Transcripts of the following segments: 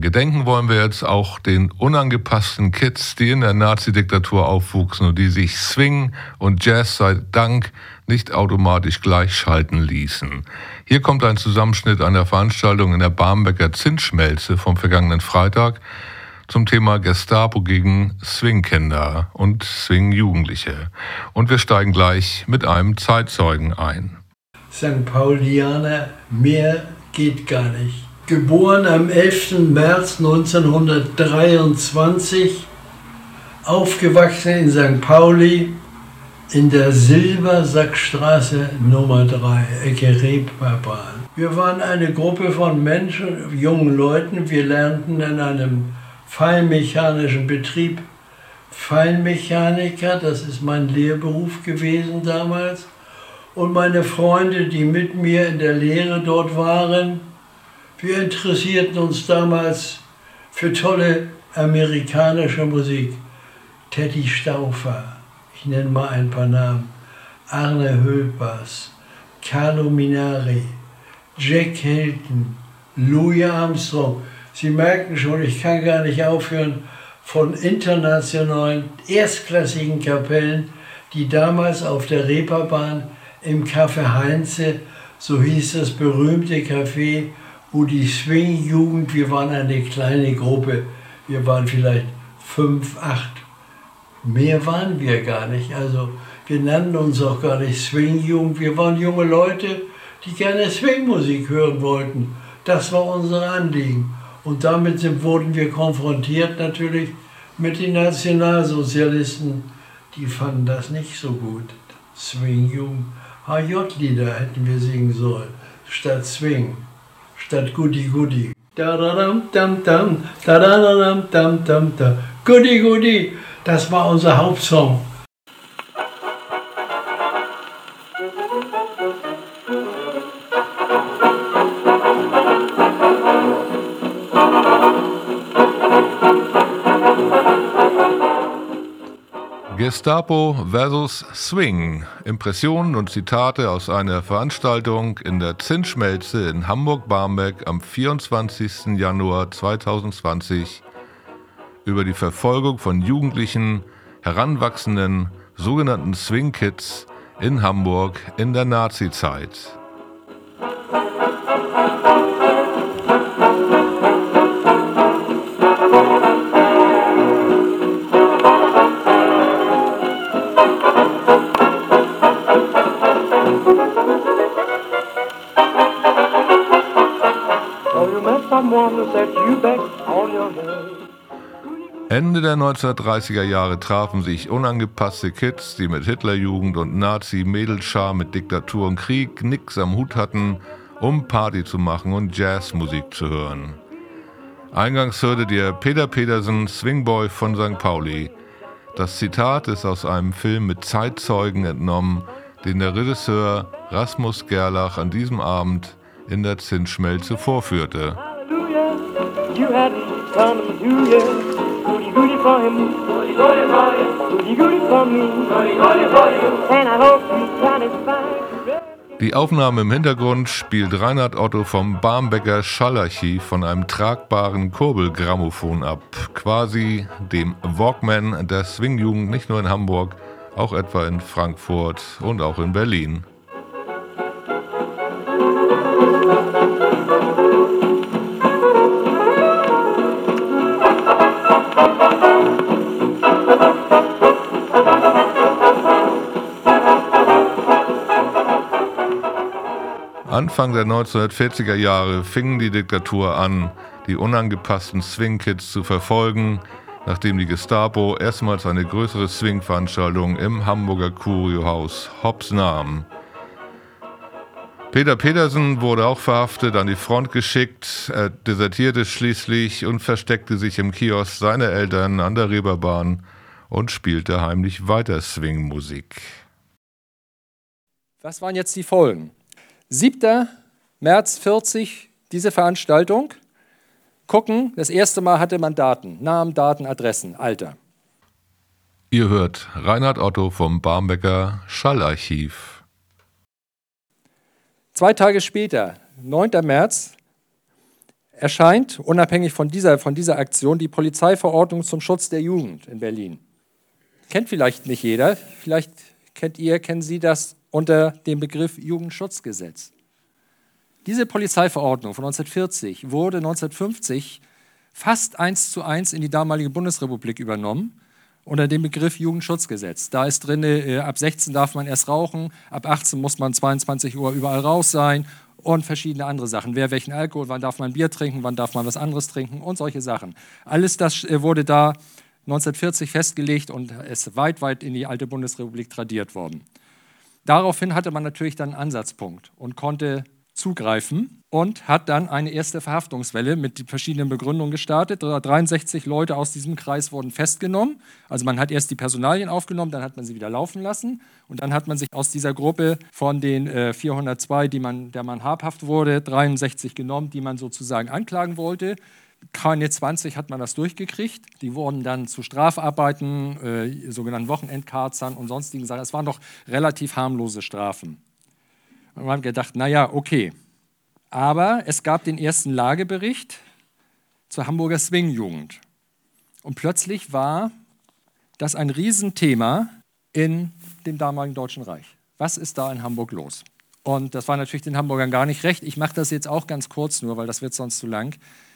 Gedenken wollen wir jetzt auch den unangepassten Kids, die in der Nazi-Diktatur aufwuchsen und die sich Swing und Jazz sei Dank nicht automatisch gleichschalten ließen. Hier kommt ein Zusammenschnitt einer Veranstaltung in der Barmbeker Zinsschmelze vom vergangenen Freitag zum Thema Gestapo gegen Swing-Kinder und Swing-Jugendliche. Und wir steigen gleich mit einem Zeitzeugen ein. St. Paulianer, mehr geht gar nicht. Geboren am 11. März 1923, aufgewachsen in St. Pauli in der Silbersackstraße Nummer 3, Ecke Reeperbahn. Wir waren eine Gruppe von Menschen, jungen Leuten. Wir lernten in einem feinmechanischen Betrieb Feinmechaniker, das ist mein Lehrberuf gewesen damals. Und meine Freunde, die mit mir in der Lehre dort waren, wir interessierten uns damals für tolle amerikanische Musik. Teddy Stauffer, ich nenne mal ein paar Namen, Arne Hülpers, Carlo Minari, Jack Hilton, Louis Armstrong. Sie merken schon, ich kann gar nicht aufhören von internationalen, erstklassigen Kapellen, die damals auf der Reeperbahn im Café Heinze, so hieß das berühmte Café, wo die Swing-Jugend, wir waren eine kleine Gruppe, wir waren vielleicht 5, 8, mehr waren wir gar nicht, also wir nannten uns auch gar nicht Swing-Jugend, wir waren junge Leute, die gerne Swing-Musik hören wollten, das war unser Anliegen und damit wurden wir konfrontiert natürlich mit den Nationalsozialisten, die fanden das nicht so gut, Swing-Jugend, HJ-Lieder hätten wir singen sollen, statt Swing. Statt Goody Goody. Da da dam dam dam, da da da dam dam dam da. Goody Goody, das war unser Hauptsong. Gestapo versus Swing. Impressionen und Zitate aus einer Veranstaltung in der Zinsschmelze in Hamburg-Barmbek am 24. Januar 2020 über die Verfolgung von Jugendlichen, heranwachsenden, sogenannten Swing-Kids in Hamburg in der Nazi-Zeit. Ende der 1930er Jahre trafen sich unangepasste Kids, die mit Hitlerjugend und Nazi-Mädelschar mit Diktatur und Krieg nix am Hut hatten, um Party zu machen und Jazzmusik zu hören. Eingangs hörtet ihr Peter Petersen, Swingboy von St. Pauli. Das Zitat ist aus einem Film mit Zeitzeugen entnommen, den der Regisseur Rasmus Gerlach an diesem Abend in der Zinsschmelze vorführte. You had come to you, goody goody for him, goody goody for him, goody goody for me, goody goody for you, and I hope you satisfied. Die Aufnahme im Hintergrund spielt Reinhard Otto vom Barmbeker Schallarchiv von einem tragbaren Kurbelgrammophon ab, quasi dem Walkman der Swingjugend, nicht nur in Hamburg, auch etwa in Frankfurt und auch in Berlin. Anfang der 1940er Jahre fing die Diktatur an, die unangepassten Swing-Kids zu verfolgen, nachdem die Gestapo erstmals eine größere Swing-Veranstaltung im Hamburger Curiohaus hops nahm. Peter Petersen wurde auch verhaftet, an die Front geschickt, er desertierte schließlich und versteckte sich im Kiosk seiner Eltern an der Reeperbahn und spielte heimlich weiter Swing-Musik. Was waren jetzt die Folgen? 7. März 40, diese Veranstaltung. Gucken, das erste Mal hatte man Daten, Namen, Daten, Adressen, Alter. Ihr hört Reinhard Otto vom Barmbeker Schallarchiv. 2 Tage später, 9. März, erscheint, unabhängig von dieser Aktion, die Polizeiverordnung zum Schutz der Jugend in Berlin. Kennt vielleicht nicht jeder, vielleicht kennen Sie das unter dem Begriff Jugendschutzgesetz. Diese Polizeiverordnung von 1940 wurde 1950 fast 1:1 in die damalige Bundesrepublik übernommen, unter dem Begriff Jugendschutzgesetz. Da ist drin, ab 16 darf man erst rauchen, ab 18 muss man 22 Uhr überall raus sein und verschiedene andere Sachen. Wer welchen Alkohol, wann darf man Bier trinken, wann darf man was anderes trinken und solche Sachen. Alles das wurde da 1940 festgelegt und ist weit in die alte Bundesrepublik tradiert worden. Daraufhin hatte man natürlich dann einen Ansatzpunkt und konnte zugreifen und hat dann eine erste Verhaftungswelle mit verschiedenen Begründungen gestartet. 63 Leute aus diesem Kreis wurden festgenommen. Also man hat erst die Personalien aufgenommen, dann hat man sie wieder laufen lassen und dann hat man sich aus dieser Gruppe von den 402, der man habhaft wurde, 63 genommen, die man sozusagen anklagen wollte. Keine 20 hat man das durchgekriegt. Die wurden dann zu Strafarbeiten, sogenannten Wochenendkarzern und sonstigen Sachen. Es waren doch relativ harmlose Strafen. Und man hat gedacht, naja, okay. Aber es gab den ersten Lagebericht zur Hamburger Swing-Jugend. Und plötzlich war das ein Riesenthema in dem damaligen Deutschen Reich. Was ist da in Hamburg los? Und das war natürlich den Hamburgern gar nicht recht. Ich mache das jetzt auch ganz kurz nur, weil das wird sonst zu lang.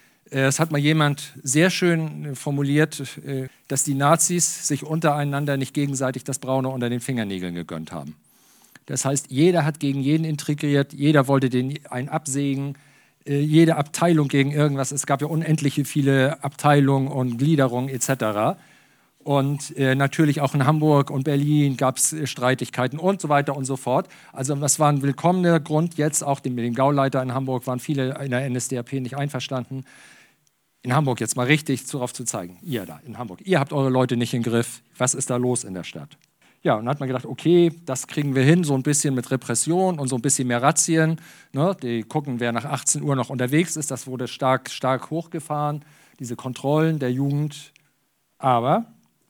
Es hat mal jemand sehr schön formuliert, dass die Nazis sich untereinander nicht gegenseitig das Braune unter den Fingernägeln gegönnt haben. Das heißt, jeder hat gegen jeden intrigiert, jeder wollte einen absägen, jede Abteilung gegen irgendwas. Es gab ja unendliche viele Abteilungen und Gliederungen etc. Und natürlich auch in Hamburg und Berlin gab es Streitigkeiten und so weiter und so fort. Also das war ein willkommener Grund. Jetzt auch mit dem Gauleiter in Hamburg waren viele in der NSDAP nicht einverstanden. In Hamburg jetzt mal richtig darauf zu zeigen, ihr da in Hamburg, ihr habt eure Leute nicht im Griff. Was ist da los in der Stadt? Ja, und dann hat man gedacht, okay, das kriegen wir hin, so ein bisschen mit Repression und so ein bisschen mehr Razzien. Ne? Die gucken, wer nach 18 Uhr noch unterwegs ist. Das wurde stark hochgefahren, diese Kontrollen der Jugend. Aber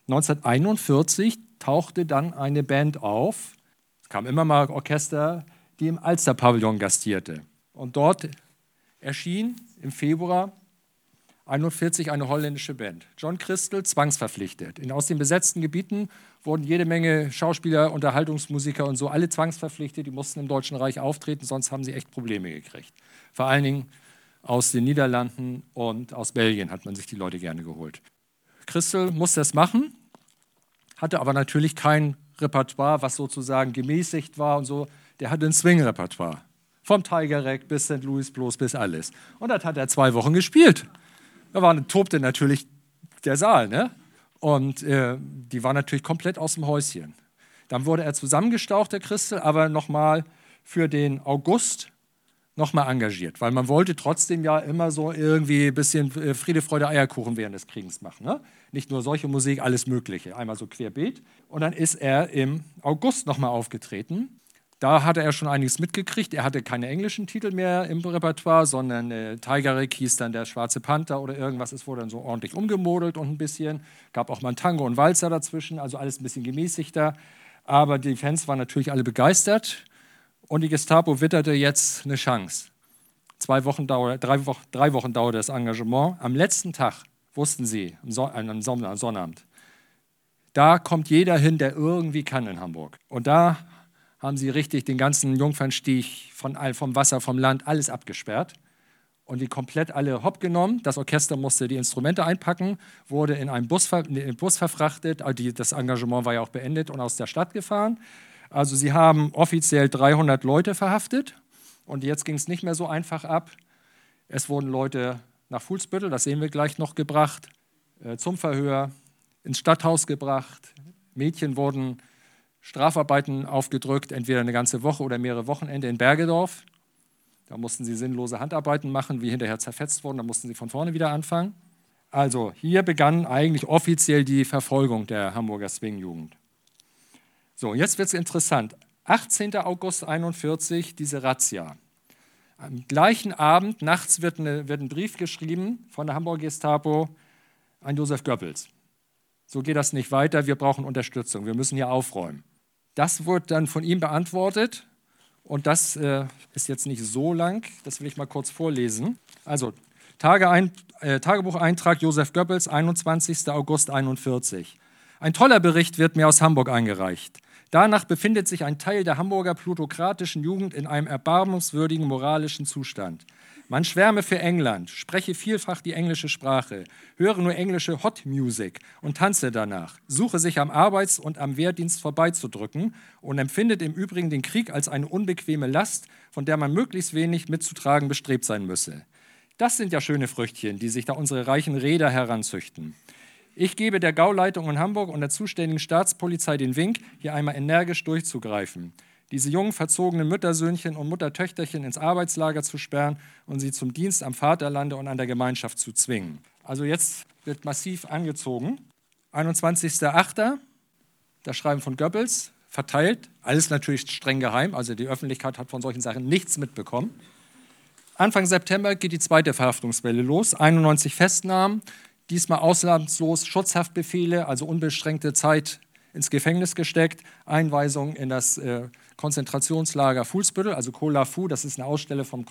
1941 tauchte dann eine Band auf. Es kam immer mal Orchester, die im Alster-Pavillon gastierte. Und dort erschien im Februar 1941 eine holländische Band. John Christel, zwangsverpflichtet. Aus den besetzten Gebieten wurden jede Menge Schauspieler, Unterhaltungsmusiker und so, alle zwangsverpflichtet. Die mussten im Deutschen Reich auftreten, sonst haben sie echt Probleme gekriegt. Vor allen Dingen aus den Niederlanden und aus Belgien hat man sich die Leute gerne geholt. Christel musste es machen, hatte aber natürlich kein Repertoire, was sozusagen gemäßigt war und so. Der hatte ein Swing-Repertoire. Vom Tiger-Rag bis St. Louis Blues bis alles. Und das hat er 2 Wochen gespielt. Da tobte natürlich der Saal, ne? Und die war natürlich komplett aus dem Häuschen. Dann wurde er zusammengestaucht, der Christel, aber nochmal für den August nochmal engagiert, weil man wollte trotzdem ja immer so irgendwie ein bisschen Friede, Freude, Eierkuchen während des Krieges machen. Ne? Nicht nur solche Musik, alles Mögliche, einmal so querbeet. Und dann ist er im August nochmal aufgetreten. Da hatte er schon einiges mitgekriegt. Er hatte keine englischen Titel mehr im Repertoire, sondern Tiger Rag hieß dann der Schwarze Panther oder irgendwas. Es wurde dann so ordentlich umgemodelt und ein bisschen. Gab auch mal ein Tango und Walzer dazwischen, also alles ein bisschen gemäßigter. Aber die Fans waren natürlich alle begeistert und die Gestapo witterte jetzt eine Chance. 3 Wochen dauerte das Engagement. Am letzten Tag wussten sie, am Sonnabend, da kommt jeder hin, der irgendwie kann in Hamburg. Und da haben sie richtig den ganzen Jungfernstieg vom Wasser, vom Land, alles abgesperrt und die komplett alle hopp genommen. Das Orchester musste die Instrumente einpacken, wurde in einen Bus verfrachtet. Das Engagement war ja auch beendet und aus der Stadt gefahren. Also sie haben offiziell 300 Leute verhaftet und jetzt ging es nicht mehr so einfach ab. Es wurden Leute nach Fuhlsbüttel, das sehen wir gleich noch, gebracht, zum Verhör, ins Stadthaus gebracht. Mädchen wurden Strafarbeiten aufgedrückt, entweder eine ganze Woche oder mehrere Wochenende in Bergedorf. Da mussten sie sinnlose Handarbeiten machen, wie hinterher zerfetzt wurden, da mussten sie von vorne wieder anfangen. Also hier begann eigentlich offiziell die Verfolgung der Hamburger Swing-Jugend. So, jetzt wird es interessant. 18. August 1941, diese Razzia. Am gleichen Abend, nachts, wird ein Brief geschrieben von der Hamburger Gestapo an Josef Goebbels. So geht das nicht weiter, wir brauchen Unterstützung, wir müssen hier aufräumen. Das wurde dann von ihm beantwortet und das ist jetzt nicht so lang, das will ich mal kurz vorlesen. Also Tagebucheintrag Joseph Goebbels, 21. August 1941. Ein toller Bericht wird mir aus Hamburg eingereicht. Danach befindet sich ein Teil der Hamburger plutokratischen Jugend in einem erbarmungswürdigen moralischen Zustand. Man schwärme für England, spreche vielfach die englische Sprache, höre nur englische Hot Music und tanze danach, suche sich am Arbeits- und am Wehrdienst vorbeizudrücken und empfindet im Übrigen den Krieg als eine unbequeme Last, von der man möglichst wenig mitzutragen bestrebt sein müsse. Das sind ja schöne Früchtchen, die sich da unsere reichen Räder heranzüchten. Ich gebe der Gauleitung in Hamburg und der zuständigen Staatspolizei den Wink, hier einmal energisch durchzugreifen, diese jungen verzogenen Müttersöhnchen und Muttertöchterchen ins Arbeitslager zu sperren und sie zum Dienst am Vaterlande und an der Gemeinschaft zu zwingen. Also jetzt wird massiv angezogen. 21.08., das Schreiben von Goebbels, verteilt, alles natürlich streng geheim, also die Öffentlichkeit hat von solchen Sachen nichts mitbekommen. Anfang September geht die zweite Verhaftungswelle los, 91 Festnahmen, diesmal ausnahmslos Schutzhaftbefehle, also unbeschränkte Zeit ins Gefängnis gesteckt, Einweisung in das Konzentrationslager Fuhlsbüttel, also Kolafu, das ist eine Außenstelle vom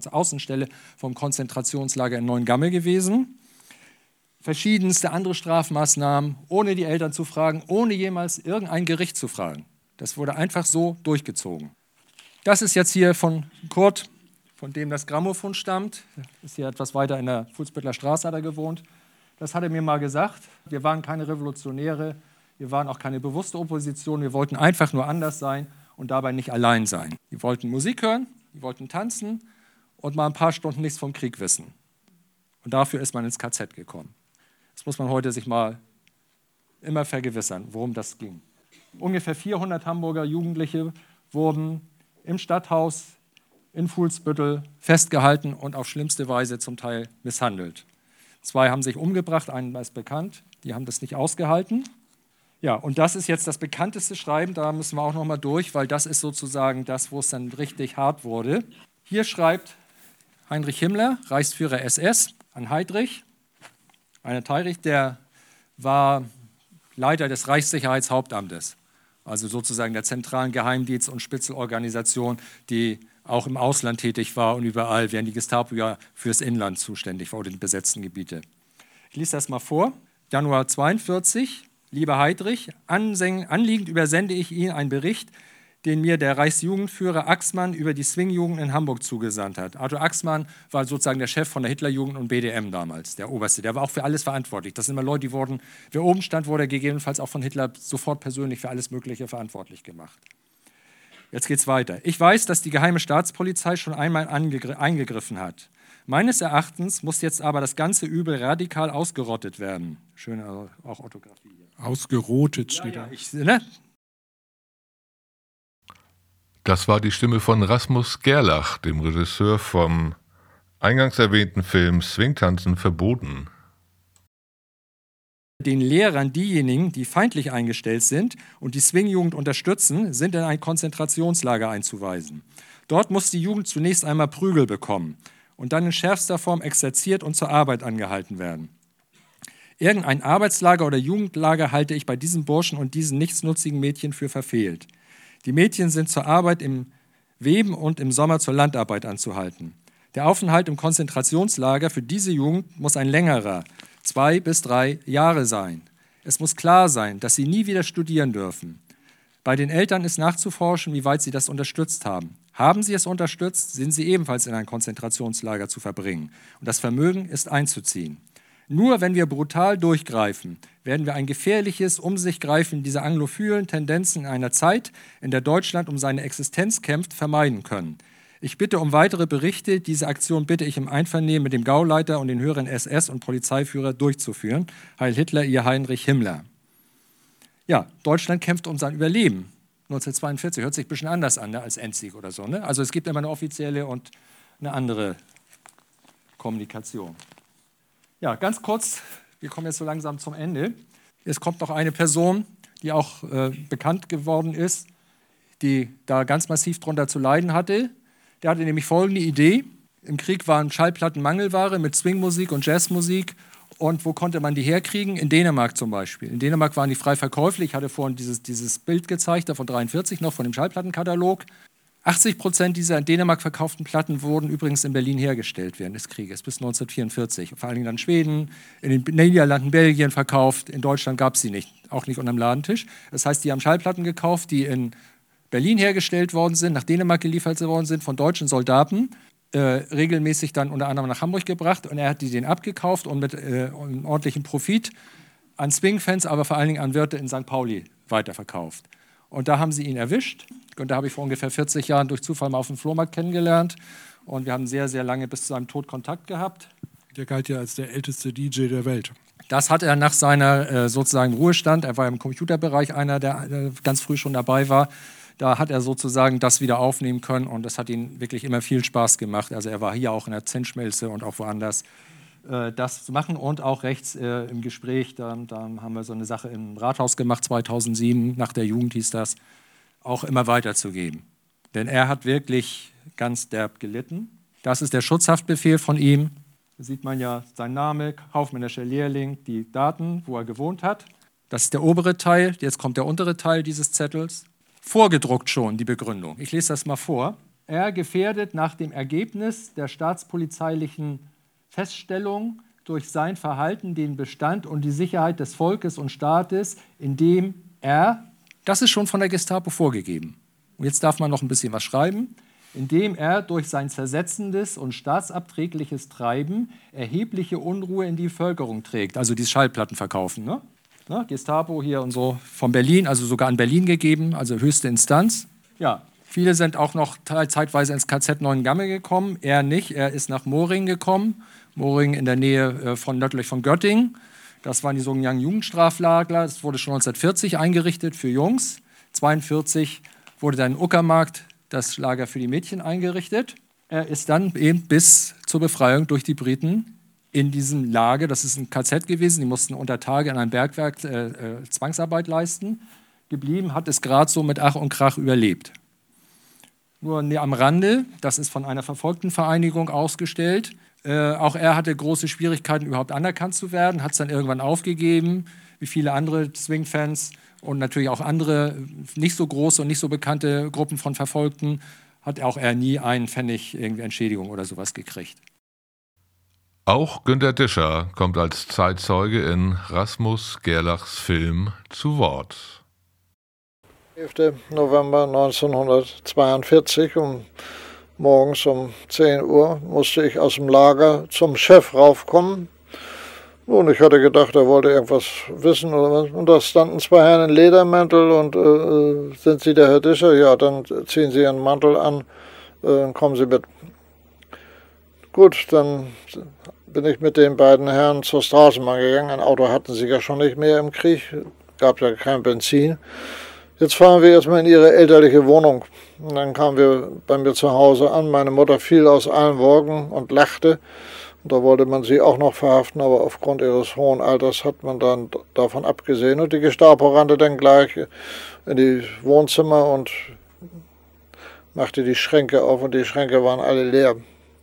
Konzentrationslager in Neuengamme gewesen. Verschiedenste andere Strafmaßnahmen, ohne die Eltern zu fragen, ohne jemals irgendein Gericht zu fragen. Das wurde einfach so durchgezogen. Das ist jetzt hier von Kurt, von dem das Grammophon stammt. Ist hier etwas weiter in der Fuhlsbüttler Straße, hat er gewohnt. Das hat er mir mal gesagt. Wir waren keine Revolutionäre, wir waren auch keine bewusste Opposition, wir wollten einfach nur anders sein und dabei nicht allein sein. Wir wollten Musik hören, wir wollten tanzen und mal ein paar Stunden nichts vom Krieg wissen. Und dafür ist man ins KZ gekommen. Das muss man heute sich mal immer vergewissern, worum das ging. Ungefähr 400 Hamburger Jugendliche wurden im Stadthaus in Fuhlsbüttel festgehalten und auf schlimmste Weise zum Teil misshandelt. 2 haben sich umgebracht, einen ist bekannt, die haben das nicht ausgehalten. Ja, und das ist jetzt das bekannteste Schreiben, da müssen wir auch noch mal durch, weil das ist sozusagen das, wo es dann richtig hart wurde. Hier schreibt Heinrich Himmler, Reichsführer SS, an Heydrich. Heydrich, der war Leiter des Reichssicherheitshauptamtes, also sozusagen der zentralen Geheimdienst- und Spitzelorganisation, die auch im Ausland tätig war und überall, während die Gestapo ja fürs Inland zuständig war oder die besetzten Gebiete. Ich lese das mal vor. Januar 42. Lieber Heydrich, anliegend übersende ich Ihnen einen Bericht, den mir der Reichsjugendführer Axmann über die Swing-Jugend in Hamburg zugesandt hat. Arthur Axmann war sozusagen der Chef von der Hitlerjugend und BDM damals, der Oberste. Der war auch für alles verantwortlich. Das sind immer Leute, die wurden, wer oben stand, wurde gegebenenfalls auch von Hitler sofort persönlich für alles Mögliche verantwortlich gemacht. Jetzt geht's weiter. Ich weiß, dass die geheime Staatspolizei schon einmal eingegriffen hat. Meines Erachtens muss jetzt aber das ganze Übel radikal ausgerottet werden. Schöne auch Orthographie. Ausgerottet steht da. Das war die Stimme von Rasmus Gerlach, dem Regisseur vom eingangs erwähnten Film Swingtanzen verboten. Den Lehrern diejenigen, die feindlich eingestellt sind und die Swing-Jugend unterstützen, sind in ein Konzentrationslager einzuweisen. Dort muss die Jugend zunächst einmal Prügel bekommen und dann in schärfster Form exerziert und zur Arbeit angehalten werden. Irgendein Arbeitslager oder Jugendlager halte ich bei diesen Burschen und diesen nichtsnutzigen Mädchen für verfehlt. Die Mädchen sind zur Arbeit im Weben und im Sommer zur Landarbeit anzuhalten. Der Aufenthalt im Konzentrationslager für diese Jugend muss ein längerer, 2 bis 3 Jahre sein. Es muss klar sein, dass sie nie wieder studieren dürfen. Bei den Eltern ist nachzuforschen, wie weit sie das unterstützt haben. Haben sie es unterstützt, sind sie ebenfalls in ein Konzentrationslager zu verbringen. Und das Vermögen ist einzuziehen. Nur wenn wir brutal durchgreifen, werden wir ein gefährliches Um-sich-Greifen dieser anglophilen Tendenzen in einer Zeit, in der Deutschland um seine Existenz kämpft, vermeiden können. Ich bitte um weitere Berichte. Diese Aktion bitte ich im Einvernehmen mit dem Gauleiter und den höheren SS- und Polizeiführer durchzuführen. Heil Hitler, ihr Heinrich Himmler. Ja, Deutschland kämpft um sein Überleben. 1942 hört sich ein bisschen anders an, ne, als Endsieg oder so. Ne? Also es gibt immer eine offizielle und eine andere Kommunikation. Ja, ganz kurz, wir kommen jetzt so langsam zum Ende. Es kommt noch eine Person, die auch bekannt geworden ist, die da ganz massiv drunter zu leiden hatte. Der hatte nämlich folgende Idee. Im Krieg waren Schallplatten Mangelware mit Swingmusik und Jazzmusik. Und wo konnte man die herkriegen? In Dänemark zum Beispiel. In Dänemark waren die frei verkäuflich. Ich hatte vorhin dieses Bild gezeigt, da von 1943 noch, von dem Schallplattenkatalog. 80% dieser in Dänemark verkauften Platten wurden übrigens in Berlin hergestellt während des Krieges, bis 1944. Vor allen Dingen dann Schweden, in den Niederlanden, Belgien verkauft. In Deutschland gab es sie nicht, auch nicht unterm Ladentisch. Das heißt, die haben Schallplatten gekauft, die in Berlin hergestellt worden sind, nach Dänemark geliefert worden sind, von deutschen Soldaten, regelmäßig dann unter anderem nach Hamburg gebracht. Und er hat die denen abgekauft und mit einem ordentlichen Profit an Swing-Fans, aber vor allen Dingen an Wirte in St. Pauli weiterverkauft. Und da haben sie ihn erwischt. Und da habe ich vor ungefähr 40 Jahren durch Zufall mal auf dem Flohmarkt kennengelernt. Und wir haben sehr, sehr lange bis zu seinem Tod Kontakt gehabt. Der galt ja als der älteste DJ der Welt. Das hat er nach seiner sozusagen Ruhestand, er war im Computerbereich einer, der ganz früh schon dabei war, da hat er sozusagen das wieder aufnehmen können und das hat ihm wirklich immer viel Spaß gemacht. Also er war hier auch in der Zentschmelze und auch woanders das zu machen und auch rechts im Gespräch, da haben wir so eine Sache im Rathaus gemacht, 2007, nach der Jugend hieß das, auch immer weiterzugeben. Denn er hat wirklich ganz derb gelitten. Das ist der Schutzhaftbefehl von ihm. Da sieht man ja sein Name, kaufmännischer Lehrling, die Daten, wo er gewohnt hat. Das ist der obere Teil, jetzt kommt der untere Teil dieses Zettels. Vorgedruckt schon die Begründung. Ich lese das mal vor. Er gefährdet nach dem Ergebnis der staatspolizeilichen Feststellung durch sein Verhalten den Bestand und die Sicherheit des Volkes und Staates, indem er, das ist schon von der Gestapo vorgegeben, und jetzt darf man noch ein bisschen was schreiben, indem er durch sein zersetzendes und staatsabträgliches Treiben erhebliche Unruhe in die Bevölkerung trägt. Also dieses Schallplattenverkaufen, ne? Gestapo hier und so von Berlin, also sogar an Berlin gegeben, also höchste Instanz. Ja, viele sind auch noch zeitweise ins KZ Neuengamme gekommen, er nicht, er ist nach Moring gekommen, Moring in der Nähe nördlich von Göttingen. Das waren die sogenannten Jugendstraflager, das wurde schon 1940 eingerichtet für Jungs, 1942 wurde dann in Uckermark das Lager für die Mädchen eingerichtet. Er ist dann eben bis zur Befreiung durch die Briten in diesem Lager, das ist ein KZ gewesen, die mussten unter Tage in einem Bergwerk Zwangsarbeit leisten, geblieben, hat es gerade so mit Ach und Krach überlebt. Nur am Rande, das ist von einer Verfolgtenvereinigung ausgestellt, auch er hatte große Schwierigkeiten, überhaupt anerkannt zu werden, hat es dann irgendwann aufgegeben, wie viele andere Swing-Fans und natürlich auch andere nicht so große und nicht so bekannte Gruppen von Verfolgten, hat auch er nie einen Pfennig irgendwie Entschädigung oder sowas gekriegt. Auch Günter Discher kommt als Zeitzeuge in Rasmus Gerlachs Film zu Wort. 11. November 1942 morgens um 10 Uhr musste ich aus dem Lager zum Chef raufkommen. Nun, ich hatte gedacht, er wollte irgendwas wissen oder was. Und da standen zwei Herren in Ledermäntel und sind Sie der Herr Discher? Ja, dann ziehen Sie Ihren Mantel an, kommen Sie mit. Gut, dann bin ich mit den beiden Herren zur Straßenbahn gegangen. Ein Auto hatten sie ja schon nicht mehr im Krieg, gab ja kein Benzin. Jetzt fahren wir erstmal in ihre elterliche Wohnung. Und dann kamen wir bei mir zu Hause an. Meine Mutter fiel aus allen Wolken und lachte. Und da wollte man sie auch noch verhaften, aber aufgrund ihres hohen Alters hat man dann davon abgesehen. Und die Gestapo rannte dann gleich in die Wohnzimmer und machte die Schränke auf und die Schränke waren alle leer.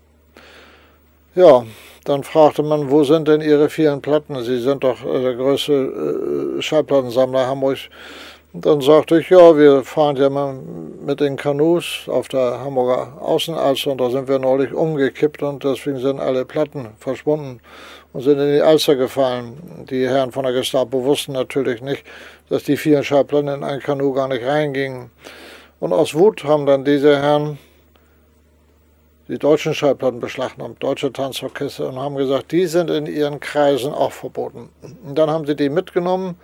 Ja, dann fragte man, wo sind denn Ihre vielen Platten? Sie sind doch der größte Schallplattensammler Hamburgs. Und dann sagte ich, ja, wir fahren ja mal mit den Kanus auf der Hamburger Außenalster und da sind wir neulich umgekippt und deswegen sind alle Platten verschwunden und sind in die Alster gefallen. Die Herren von der Gestapo wussten natürlich nicht, dass die vielen Schallplatten in ein Kanu gar nicht reingingen. Und aus Wut haben dann diese Herren die deutschen Schallplatten beschlagnahmt, deutsche Tanzorchester, und haben gesagt, die sind in ihren Kreisen auch verboten. Und dann haben sie die mitgenommen.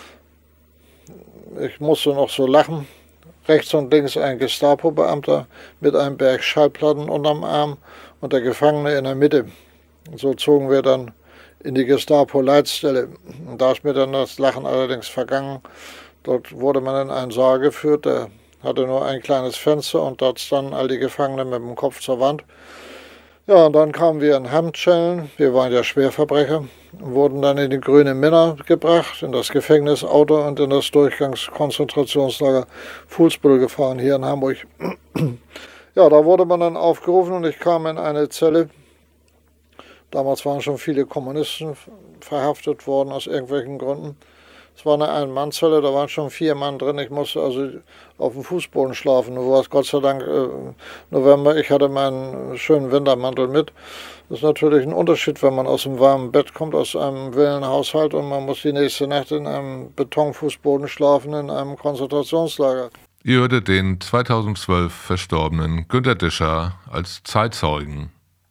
Ich musste noch so lachen. Rechts und links ein Gestapo-Beamter mit einem Berg Schallplatten unterm Arm und der Gefangene in der Mitte. Und so zogen wir dann in die Gestapo-Leitstelle. Und da ist mir dann das Lachen allerdings vergangen. Dort wurde man in einen Saal geführt, der hatte nur ein kleines Fenster und dort standen all die Gefangenen mit dem Kopf zur Wand. Ja, und dann kamen wir in Handschellen, wir waren ja Schwerverbrecher, und wurden dann in die Grüne Minna gebracht, in das Gefängnisauto und in das Durchgangskonzentrationslager Fuhlsbüttel gefahren, hier in Hamburg. Ja, da wurde man dann aufgerufen und ich kam in eine Zelle. Damals waren schon viele Kommunisten verhaftet worden aus irgendwelchen Gründen. Es war eine Ein-Mann-Zelle, da waren schon 4 Mann drin. Ich musste also auf dem Fußboden schlafen. Nur war es Gott sei Dank November. Ich hatte meinen schönen Wintermantel mit. Das ist natürlich ein Unterschied, wenn man aus dem warmen Bett kommt, aus einem Villenhaushalt und man muss die nächste Nacht in einem Betonfußboden schlafen, in einem Konzentrationslager. Ihr hörtet den 2012 verstorbenen Günter Discher als Zeitzeugen.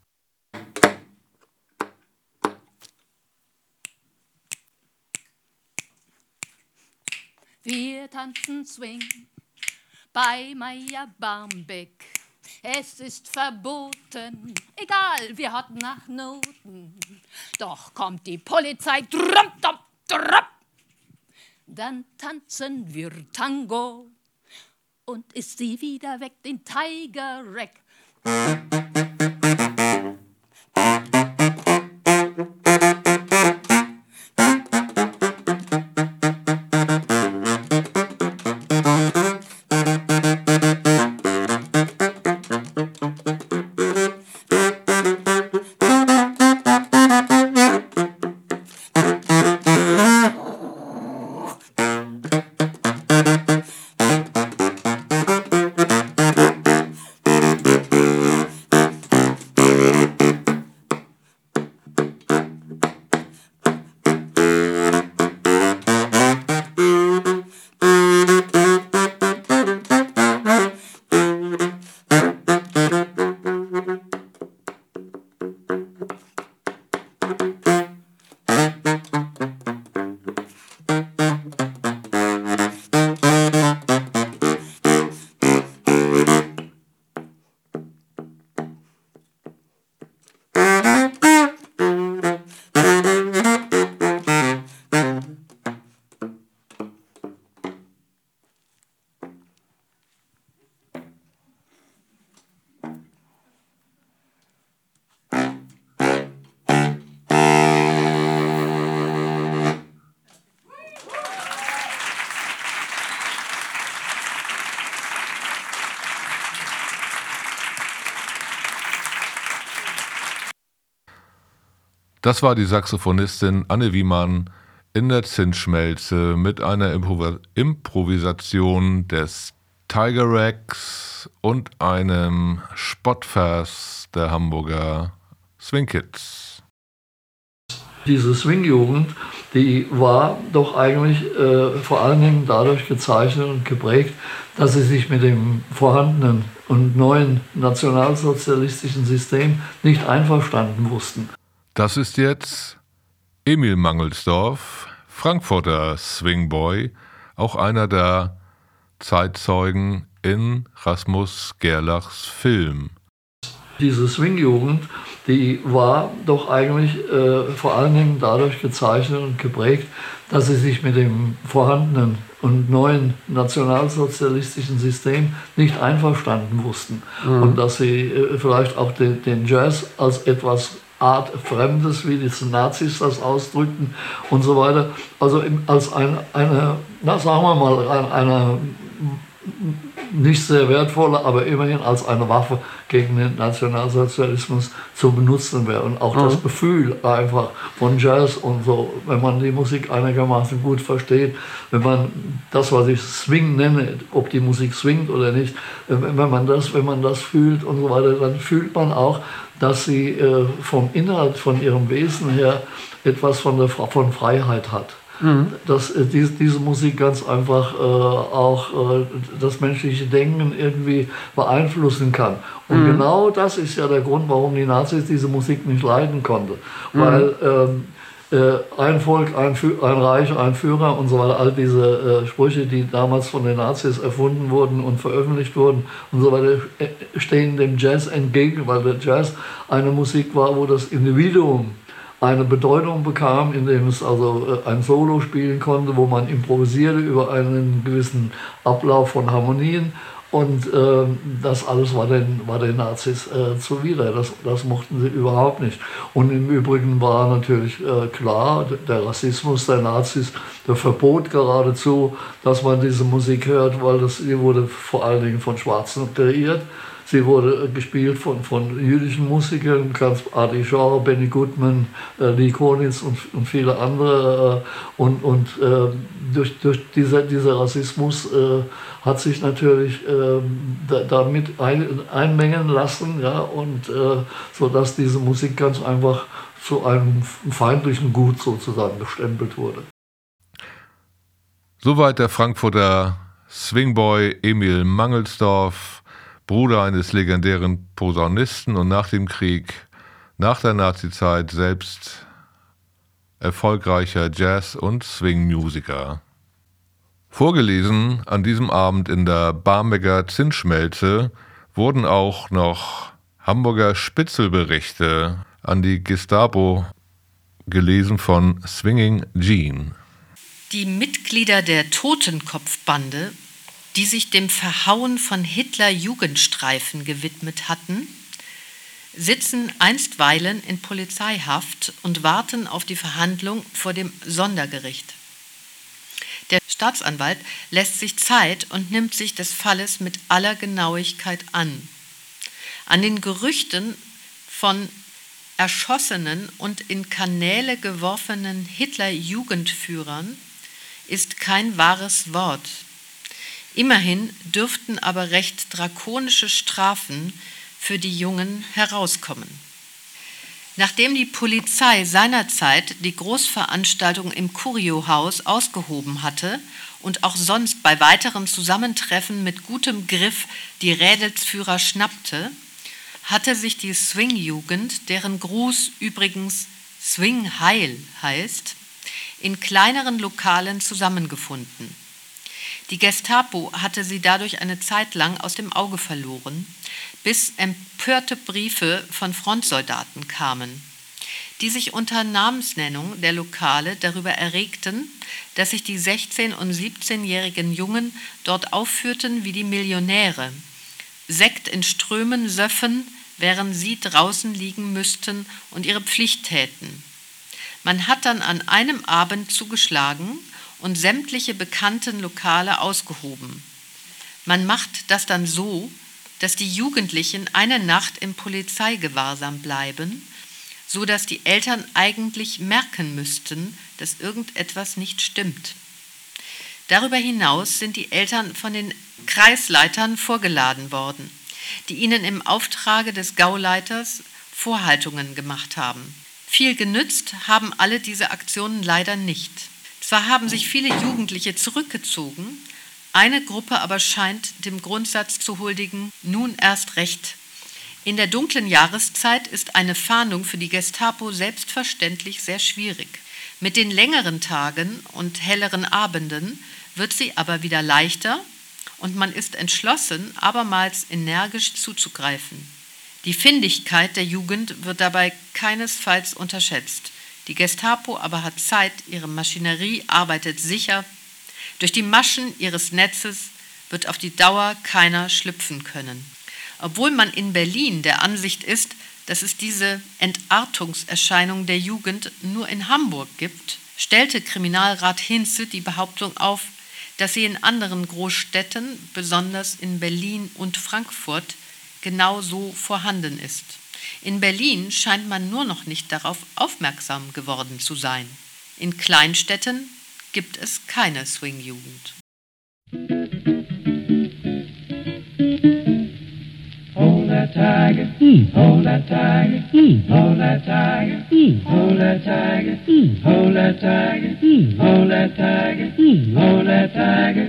Wir tanzen Swing bei Meier Barmbek. Es ist verboten, egal, wir hatten nach Noten. Doch kommt die Polizei, drupp, drupp, drupp. Dann tanzen wir Tango und ist sie wieder weg, den Tiger Rack. Das war die Saxophonistin Anne Wiemann in der Zinsschmelze mit einer Improvisation des Tiger Racks und einem Spottvers der Hamburger Swing Kids. Diese Swing-Jugend, die war doch eigentlich vor allen Dingen dadurch gezeichnet und geprägt, dass sie sich mit dem vorhandenen und neuen nationalsozialistischen System nicht einverstanden wussten. Das ist jetzt Emil Mangelsdorf, Frankfurter Swingboy, auch einer der Zeitzeugen in Rasmus Gerlachs Film. Diese Swing-Jugend, die war doch eigentlich vor allen Dingen dadurch gezeichnet und geprägt, dass sie sich mit dem vorhandenen und neuen nationalsozialistischen System nicht einverstanden wussten. Und dass sie vielleicht auch den Jazz als etwas Art Fremdes, wie die Nazis das ausdrückten und so weiter, also als eine sagen wir mal, eine nicht sehr wertvolle, aber immerhin als eine Waffe gegen den Nationalsozialismus zu benutzen wäre. Und auch das Gefühl einfach von Jazz und so, wenn man die Musik einigermaßen gut versteht, wenn man das, was ich Swing nenne, ob die Musik swingt oder nicht, wenn man das fühlt und so weiter, dann fühlt man auch, dass sie vom Inhalt, von ihrem Wesen her etwas von Freiheit hat. Dass diese Musik ganz einfach auch das menschliche Denken irgendwie beeinflussen kann. Und genau das ist ja der Grund, warum die Nazis diese Musik nicht leiden konnten. Weil ein Volk, ein Reich, ein Führer und so weiter, all diese Sprüche, die damals von den Nazis erfunden wurden und veröffentlicht wurden und so weiter, stehen dem Jazz entgegen, weil der Jazz eine Musik war, wo das Individuum eine Bedeutung bekam, indem es also ein Solo spielen konnte, wo man improvisierte über einen gewissen Ablauf von Harmonien. Und das alles war den Nazis zuwider. Das mochten sie überhaupt nicht. Und im Übrigen war natürlich klar, der Rassismus der Nazis, der verbot geradezu, dass man diese Musik hört, weil die wurde vor allen Dingen von Schwarzen kreiert. Sie wurde gespielt von jüdischen Musikern, ganz Adi Shaw, Benny Goodman, Lee Konitz und viele andere. Durch dieser Rassismus hat sich natürlich damit einmengen lassen, ja, und sodass diese Musik ganz einfach zu einem feindlichen Gut sozusagen gestempelt wurde. Soweit der Frankfurter Swingboy Emil Mangelsdorff, Bruder eines legendären Posaunisten und nach dem Krieg, nach der Nazizeit selbst erfolgreicher Jazz- und Swing-Musiker. Vorgelesen an diesem Abend in der Barmbeker Zinsschmelze wurden auch noch Hamburger Spitzelberichte an die Gestapo gelesen von Swinging Gene. Die Mitglieder der Totenkopfbande, die sich dem Verhauen von Hitler-Jugendstreifen gewidmet hatten, sitzen einstweilen in Polizeihaft und warten auf die Verhandlung vor dem Sondergericht. Der Staatsanwalt lässt sich Zeit und nimmt sich des Falles mit aller Genauigkeit an. An den Gerüchten von erschossenen und in Kanäle geworfenen Hitler-Jugendführern ist kein wahres Wort. Immerhin dürften aber recht drakonische Strafen für die Jungen herauskommen. Nachdem die Polizei seinerzeit die Großveranstaltung im Curio-Haus ausgehoben hatte und auch sonst bei weiteren Zusammentreffen mit gutem Griff die Rädelsführer schnappte, hatte sich die Swing-Jugend, deren Gruß übrigens Swing Heil heißt, in kleineren Lokalen zusammengefunden. Die Gestapo hatte sie dadurch eine Zeit lang aus dem Auge verloren, bis empörte Briefe von Frontsoldaten kamen, die sich unter Namensnennung der Lokale darüber erregten, dass sich die 16- und 17-jährigen Jungen dort aufführten wie die Millionäre, Sekt in Strömen söffen, während sie draußen liegen müssten und ihre Pflicht täten. Man hat dann an einem Abend zugeschlagen und sämtliche bekannten Lokale ausgehoben. Man macht das dann so, dass die Jugendlichen eine Nacht im Polizeigewahrsam bleiben, so dass die Eltern eigentlich merken müssten, dass irgendetwas nicht stimmt. Darüber hinaus sind die Eltern von den Kreisleitern vorgeladen worden, die ihnen im Auftrage des Gauleiters Vorhaltungen gemacht haben. Viel genützt haben alle diese Aktionen leider nicht. Zwar haben sich viele Jugendliche zurückgezogen, eine Gruppe aber scheint dem Grundsatz zu huldigen, nun erst recht. In der dunklen Jahreszeit ist eine Fahndung für die Gestapo selbstverständlich sehr schwierig. Mit den längeren Tagen und helleren Abenden wird sie aber wieder leichter und man ist entschlossen, abermals energisch zuzugreifen. Die Findigkeit der Jugend wird dabei keinesfalls unterschätzt. Die Gestapo aber hat Zeit, ihre Maschinerie arbeitet sicher. Durch die Maschen ihres Netzes wird auf die Dauer keiner schlüpfen können. Obwohl man in Berlin der Ansicht ist, dass es diese Entartungserscheinung der Jugend nur in Hamburg gibt, stellte Kriminalrat Hinze die Behauptung auf, dass sie in anderen Großstädten, besonders in Berlin und Frankfurt, genauso vorhanden ist. In Berlin scheint man nur noch nicht darauf aufmerksam geworden zu sein. In Kleinstädten gibt es keine Swing-Jugend. Hold that tiger, hold that tiger, hold that tiger, hold that tiger, hold that tiger, hold that tiger, hold that tiger.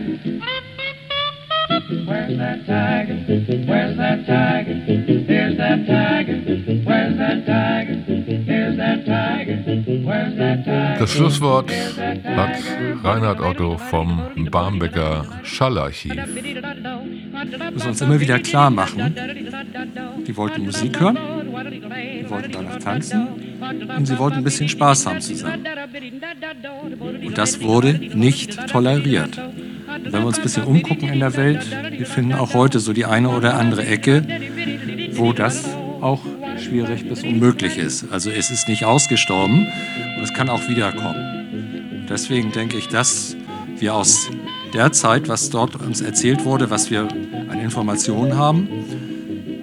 Where's that tiger? Where's that tiger? Here's that tiger. Where's that tiger? Here's that tiger. Where's that tiger? Das Schlusswort hat Reinhard Otto vom Barmbeker Schallarchiv. Wir müssen uns immer wieder klar machen, die wollten Musik hören, die wollten danach tanzen und sie wollten ein bisschen Spaß haben zusammen. Und das wurde nicht toleriert. Und wenn wir uns ein bisschen umgucken in der Welt, wir finden auch heute so die eine oder andere Ecke, wo das auch schwierig bis unmöglich ist. Also es ist nicht ausgestorben und es kann auch wiederkommen. Und deswegen denke ich, dass wir aus der Zeit, was dort uns erzählt wurde, was wir an Informationen haben,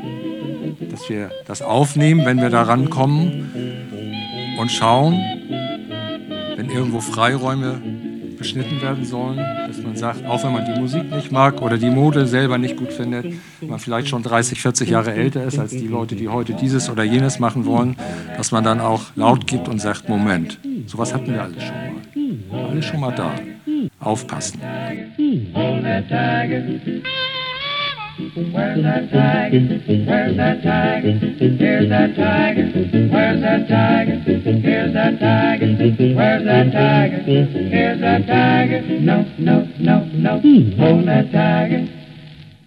dass wir das aufnehmen, wenn wir da rankommen und schauen, wenn irgendwo Freiräume beschnitten werden sollen, dass man sagt, auch wenn man die Musik nicht mag oder die Mode selber nicht gut findet, man vielleicht schon 30, 40 Jahre älter ist als die Leute, die heute dieses oder jenes machen wollen, dass man dann auch laut gibt und sagt, Moment, sowas hatten wir alles schon mal. Alles schon mal da. Aufpassen. Where's that tiger? Where's that tiger? Here's that tiger. Where's that tiger? Here's that tiger. Where's that tiger? Here's that tiger. No, no, no, no. Hold that tiger.